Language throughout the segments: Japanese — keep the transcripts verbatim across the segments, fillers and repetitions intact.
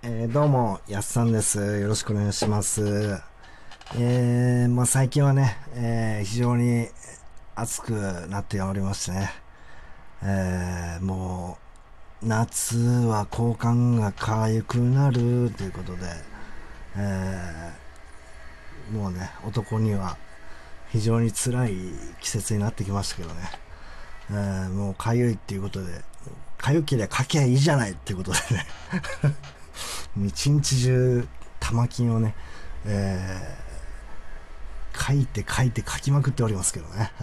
えーどうも、やっさんです。よろしくお願いします。えー、まあ最近はね、えー非常に暑くなっておりましてね、えーもう、夏は交換が痒くなるということで、えーもうね、男には非常に辛い季節になってきましたけどね、えーもう痒いっていうことで、痒けりゃかきゃいいじゃないっていうことでね、一日中玉金をね、えー書いて書いて書きまくっておりますけどね。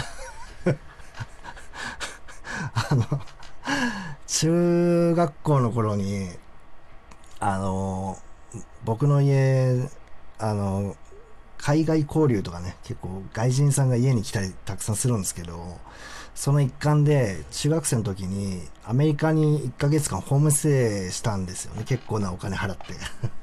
あの、中学校の頃に、あの、僕の家、あの、海外交流とかね、結構外人さんが家に来たりたくさんするんですけど、その一環で中学生の時にアメリカにいっかげつかんホームステイしたんですよね。結構なお金払って。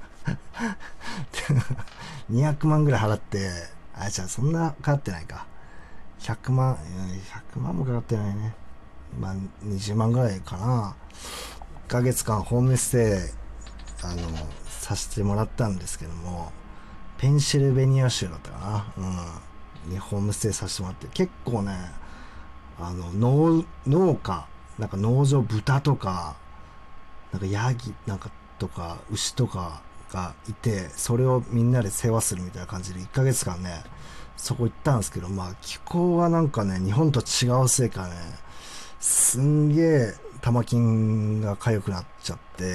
にひゃくまんぐらい払って、あ、じゃあそんなかかってないか。ひゃくまん、ひゃくまんもかかってないね。まあ、にじゅうまんぐらいかな。いっかげつかんホームステイ、あの、させてもらったんですけども、ペンシルベニア州だったかな。うん。にホームステイさせてもらって、結構ね、あの、農、農家、なんか農場、豚とか、なんかヤギ、なんかとか、牛とかがいて、それをみんなで世話するみたいな感じで、いっかげつかんね、そこ行ったんですけど、まあ、気候はなんかね、日本と違うせいかね、すんげえ玉金が痒くなっちゃって、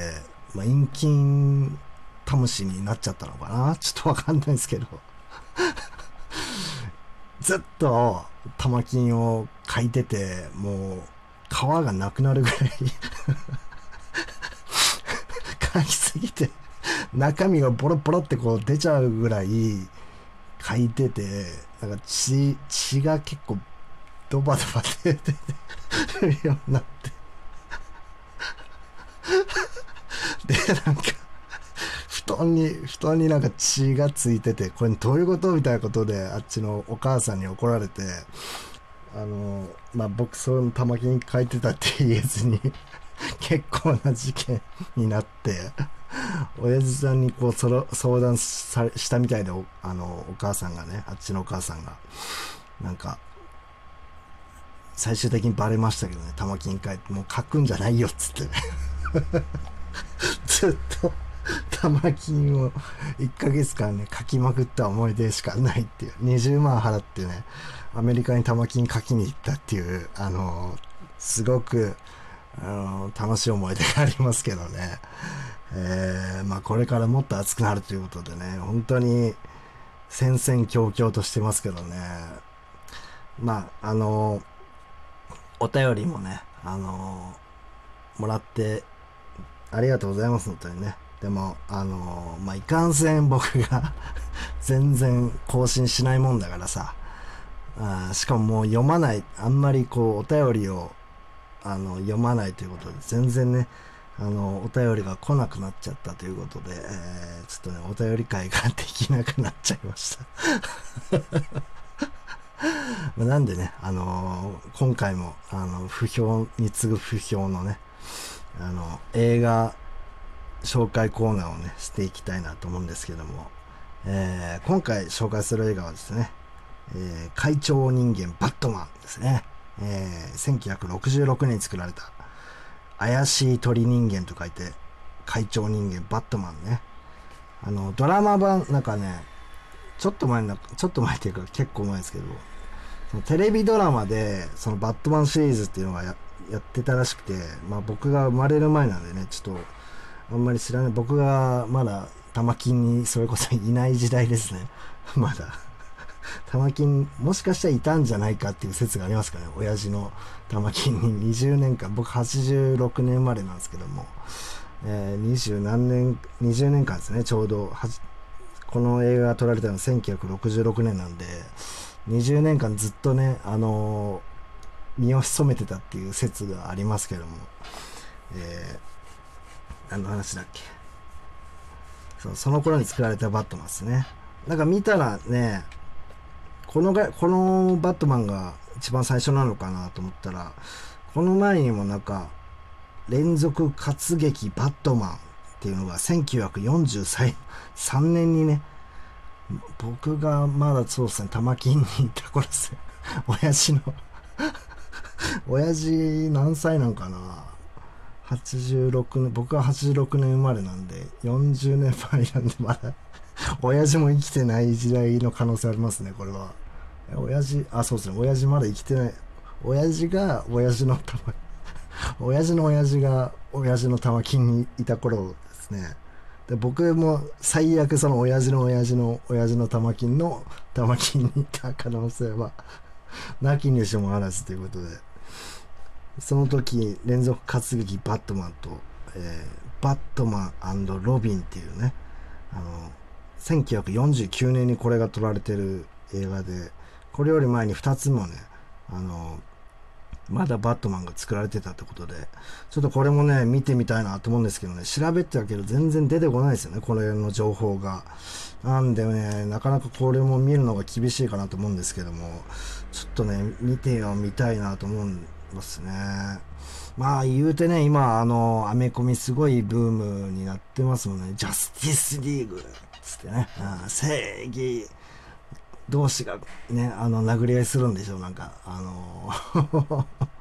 まあ、陰菌タムシになっちゃったのかな、ちょっとわかんないですけど、ずっと玉金を書いてて、もう、皮がなくなるぐらい書きすぎて、中身がボロボロってこう出ちゃうぐらい書いてて、なんか血、血が結構ドバドバ出てるようになって。で、なんか、布団に、布団になんか血がついてて、これどういうことみたいなことで、あっちのお母さんに怒られて、あの、まあ、僕その玉金書いてたって言えずに結構な事件になって、親父さんにこうその相談さしたみたいで、おあのお母さんがね、あっちのお母さんがなんか最終的にバレましたけどね、玉金書いてもう書くんじゃないよっつってねずっと玉金をいっかげつかんね書きまくった思い出しかないっていう、にじゅうまん払ってねアメリカに玉金書きに行ったっていう、あのすごくあの楽しい思い出がありますけどね。えー、まあこれからもっと暑くなるということでね、本当に戦々恐々としてますけどね。まああのお便りもね、あのもらってありがとうございます、本当にね。でもあのまあいかんせん僕が全然更新しないもんだからさ、あしかももう読まない、あんまりこうお便りをあの読まないということで全然ね、あのお便りが来なくなっちゃったということで、えー、ちょっとねお便り会ができなくなっちゃいましたまあなんでね、あのー今回もあの不評に次ぐ不評のね、あの映画紹介コーナーをねしていきたいなと思うんですけども、えー今回紹介する映画はですね、えー、怪鳥人間バットマンですね。えー、せんきゅうひゃくろくじゅうろくねんに作られた怪しい鳥人間と書いて怪鳥人間バットマンね。あのドラマ版なんかね、ちょっと前なちょっと前っていうか結構前ですけど、そのテレビドラマでそのバットマンシリーズっていうのが や, やってたらしくて、まあ僕が生まれる前なんでね、ちょっとあんまり知らない、僕がまだ玉金にそれこそいない時代ですねまだ玉金もしかしたらいたんじゃないかっていう説がありますかね。親父の玉金ににじゅうねんかん、僕はちじゅうろくねん生まれなんですけども、えー、にじゅう何年にじゅうねんかんですね、ちょうどはじこの映画が撮られたのはせんきゅうひゃくろくじゅうろくねんなんで、にじゅうねんかんずっとね、あのー身を潜めてたっていう説がありますけども、えー、何の話だっけ。そう、その頃に作られたバットマンですね。なんか見たらね、このがこのバットマンが一番最初なのかなと思ったら、この前にもなんか連続活劇バットマンっっていうのがせんきゅうひゃくよんじゅうさんねんにね、僕がまだそうですね、玉金にいた頃ですね。親父の親父何歳なんかな、はちじゅうろくねん、僕ははちじゅうろくねん生まれなんでよんじゅうねんまえなんで、まだ親父も生きてない時代の可能性ありますね、これは。親父、あ、そうですね、親父まだ生きてない。親父が親父の玉、親父の親父が親父の玉金にいた頃ですね。で、僕も最悪その親父の親父の親父の玉金の玉金にいた可能性はなきにしもあらずということで、その時連続活劇バットマンと、えー、バットマン&ロビンっていうね、あのせんきゅうひゃくよんじゅうきゅうねんにこれが撮られてる映画で、これより前にふたつもね、あのまだバットマンが作られてたってことで、ちょっとこれもね見てみたいなと思うんですけどね、調べてたけど全然出てこないですよね、これの情報が。なんでね、なかなかこれも見るのが厳しいかなと思うんですけども、ちょっとね見てよみたいなと思うんですね。まあ言うてね、今あのアメコミすごいブームになってますもんね。ジャスティスリーグつってね、うん、正義同士がね、あの殴り合いするんでしょ、なんかあの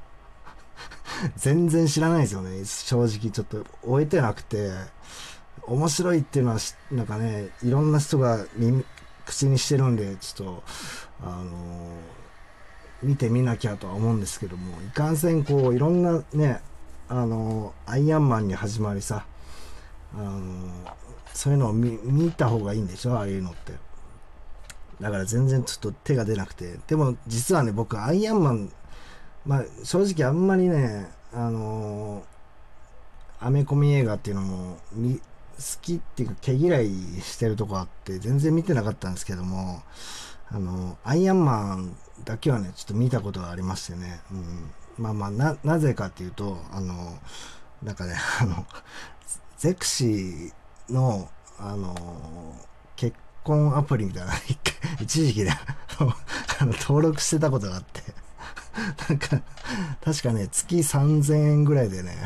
全然知らないですよね、正直。ちょっと終えてなくて、面白いっていうのはなんかね、いろんな人が耳口にしてるんで、ちょっとあの見てみなきゃとは思うんですけども、いかんせんこういろんなね、あのアイアンマンに始まりさ、あのそういうのを 見, 見た方がいいんでしょ、ああいうのって。だから全然ちょっと手が出なくて。でも実はね、僕アイアンマン、まあ正直あんまりね、あのアメコミ映画っていうのも好きっていうか毛嫌いしてるとこあって、全然見てなかったんですけども、あのアイアンマンだけはねちょっと見たことがありましてね、うん、まあまあ な, なぜかっていうと、あのなんかね、あのゼクシーのあの結婚アプリみたいな一回一時期であの登録してたことがあって、なんか確かね月さんぜんえんぐらいでね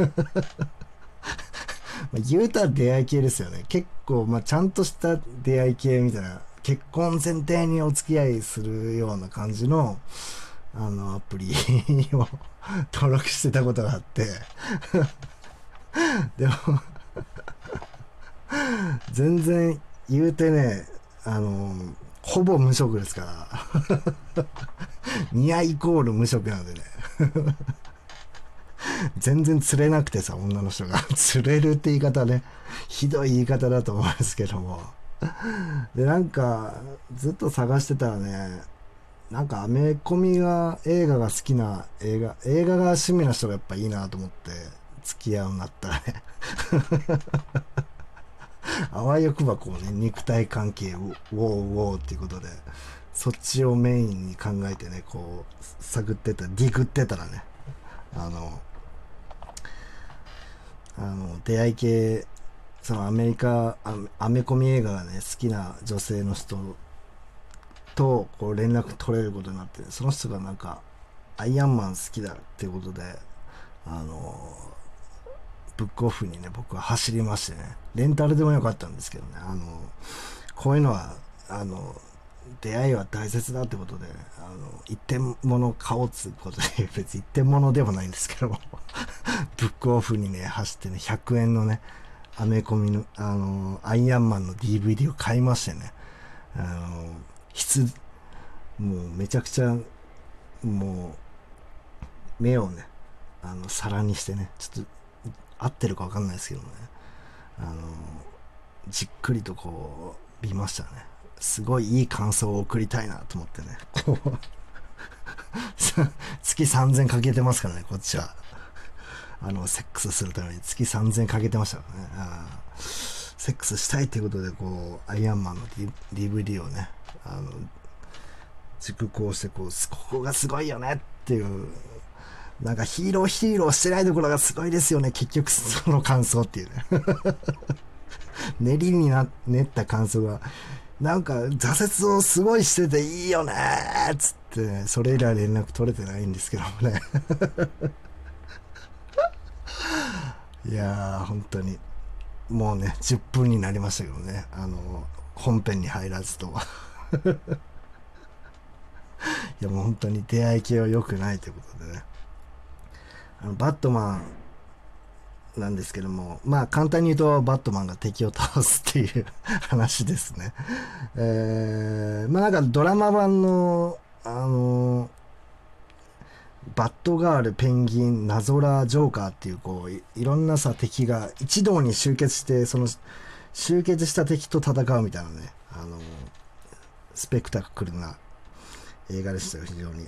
まあ言うたら出会い系ですよね、結構。まあちゃんとした出会い系みたいな、結婚前提にお付き合いするような感じのあのアプリを登録してたことがあってでも全然言うてね、あのほぼ無職ですからニアイコール無職なんでね全然釣れなくてさ、女の人が釣れるって言い方ね、ひどい言い方だと思うんですけども、でなんかずっと探してたらね、なんかアメコミが映画が好きな映画映画が趣味な人がやっぱいいなと思って付き合うんだったらねあわよくばこうね、肉体関係をウォーウォーっていうことで、そっちをメインに考えてね、こう探ってたディグってたらね、あのあの出会い系、そのアメリカアメアメコミ映画がね好きな女性の人とこう連絡取れることになって、その人がなんかアイアンマン好きだっていうことで、あのブックオフにね僕は走りましてね、レンタルでもよかったんですけどね、あのこういうのはあの出会いは大切だってことで、あの一点物買おうっつうことで、別に一点物でもないんですけどもブックオフにね走ってね、ひゃくえんのねアメコミのあのアイアンマンの ディーブイディー を買いましてね、あの質もうめちゃくちゃもう目をねあの皿にしてね、ちょっと合ってるか分かんないですけどね、あのじっくりとこう見ましたね。すごいいい感想を送りたいなと思ってね、こう月さんぜんかけてますからね、こっちは。あのセックスするために月さんぜんかけてましたからね。あセックスしたいっていうことで、こうアイアンマンの ディーブイディー をね、あの熟考してこう、ここがすごいよねっていう、なんかヒーローヒーローしてないところがすごいですよね、結局その感想っていうね練りにな練った感想がなんか挫折をすごいしてていいよねーっつって、ね、それ以来連絡取れてないんですけどもねいやー本当にもうねじゅっぷんになりましたけどね、あの本編に入らずといやもう本当に出会い系は良くないということでね、あのバットマンなんですけども、まあ簡単に言うとバットマンが敵を倒すっていう話ですね。えー、まあなんかドラマ版のあのバットガール、ペンギン、ナゾラ、ジョーカーっていうこう い, いろんなさ敵が一堂に集結して、その集結した敵と戦うみたいなね、あのスペクタクルな映画でしたよ、非常に。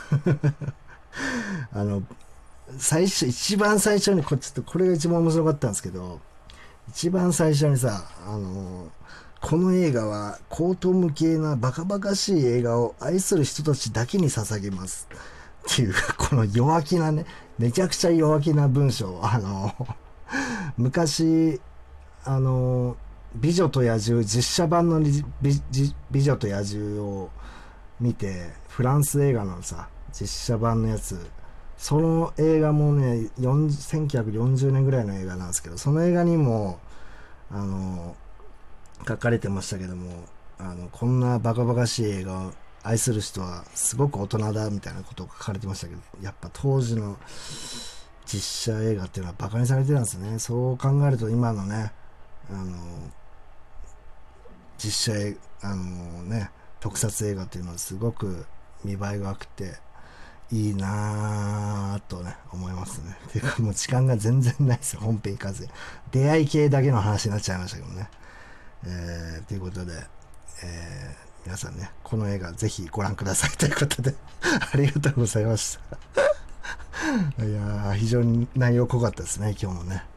あの最初一番最初にこっちとこれが一番面白かったんですけど、一番最初にさ、あのこの映画は高等無形なバカバカしい映画を愛する人たちだけに捧げますっていうこの弱気なね、めちゃくちゃ弱気な文章。あの昔あの美女と野獣実写版の美美女と野獣を見て、フランス映画のさ実写版のやつ、その映画もねせんきゅうひゃくよんじゅうねんぐらいの映画なんですけど、その映画にもあの書かれてましたけども、あのこんなバカバカしい映画を愛する人はすごく大人だみたいなことが書かれてましたけど、やっぱ当時の実写映画っていうのはバカにされてたんですね。そう考えると今のね、あの実写映あのね特撮映画っていうのはすごく見栄えが良くていいなぁとね思いますね。ていうかもう時間が全然ないですよ、本編行かず。出会い系だけの話になっちゃいましたけどね。えー、ということで、えー、皆さんねこの映画ぜひご覧くださいということでありがとうございました。いやー非常に内容濃かったですね今日もね。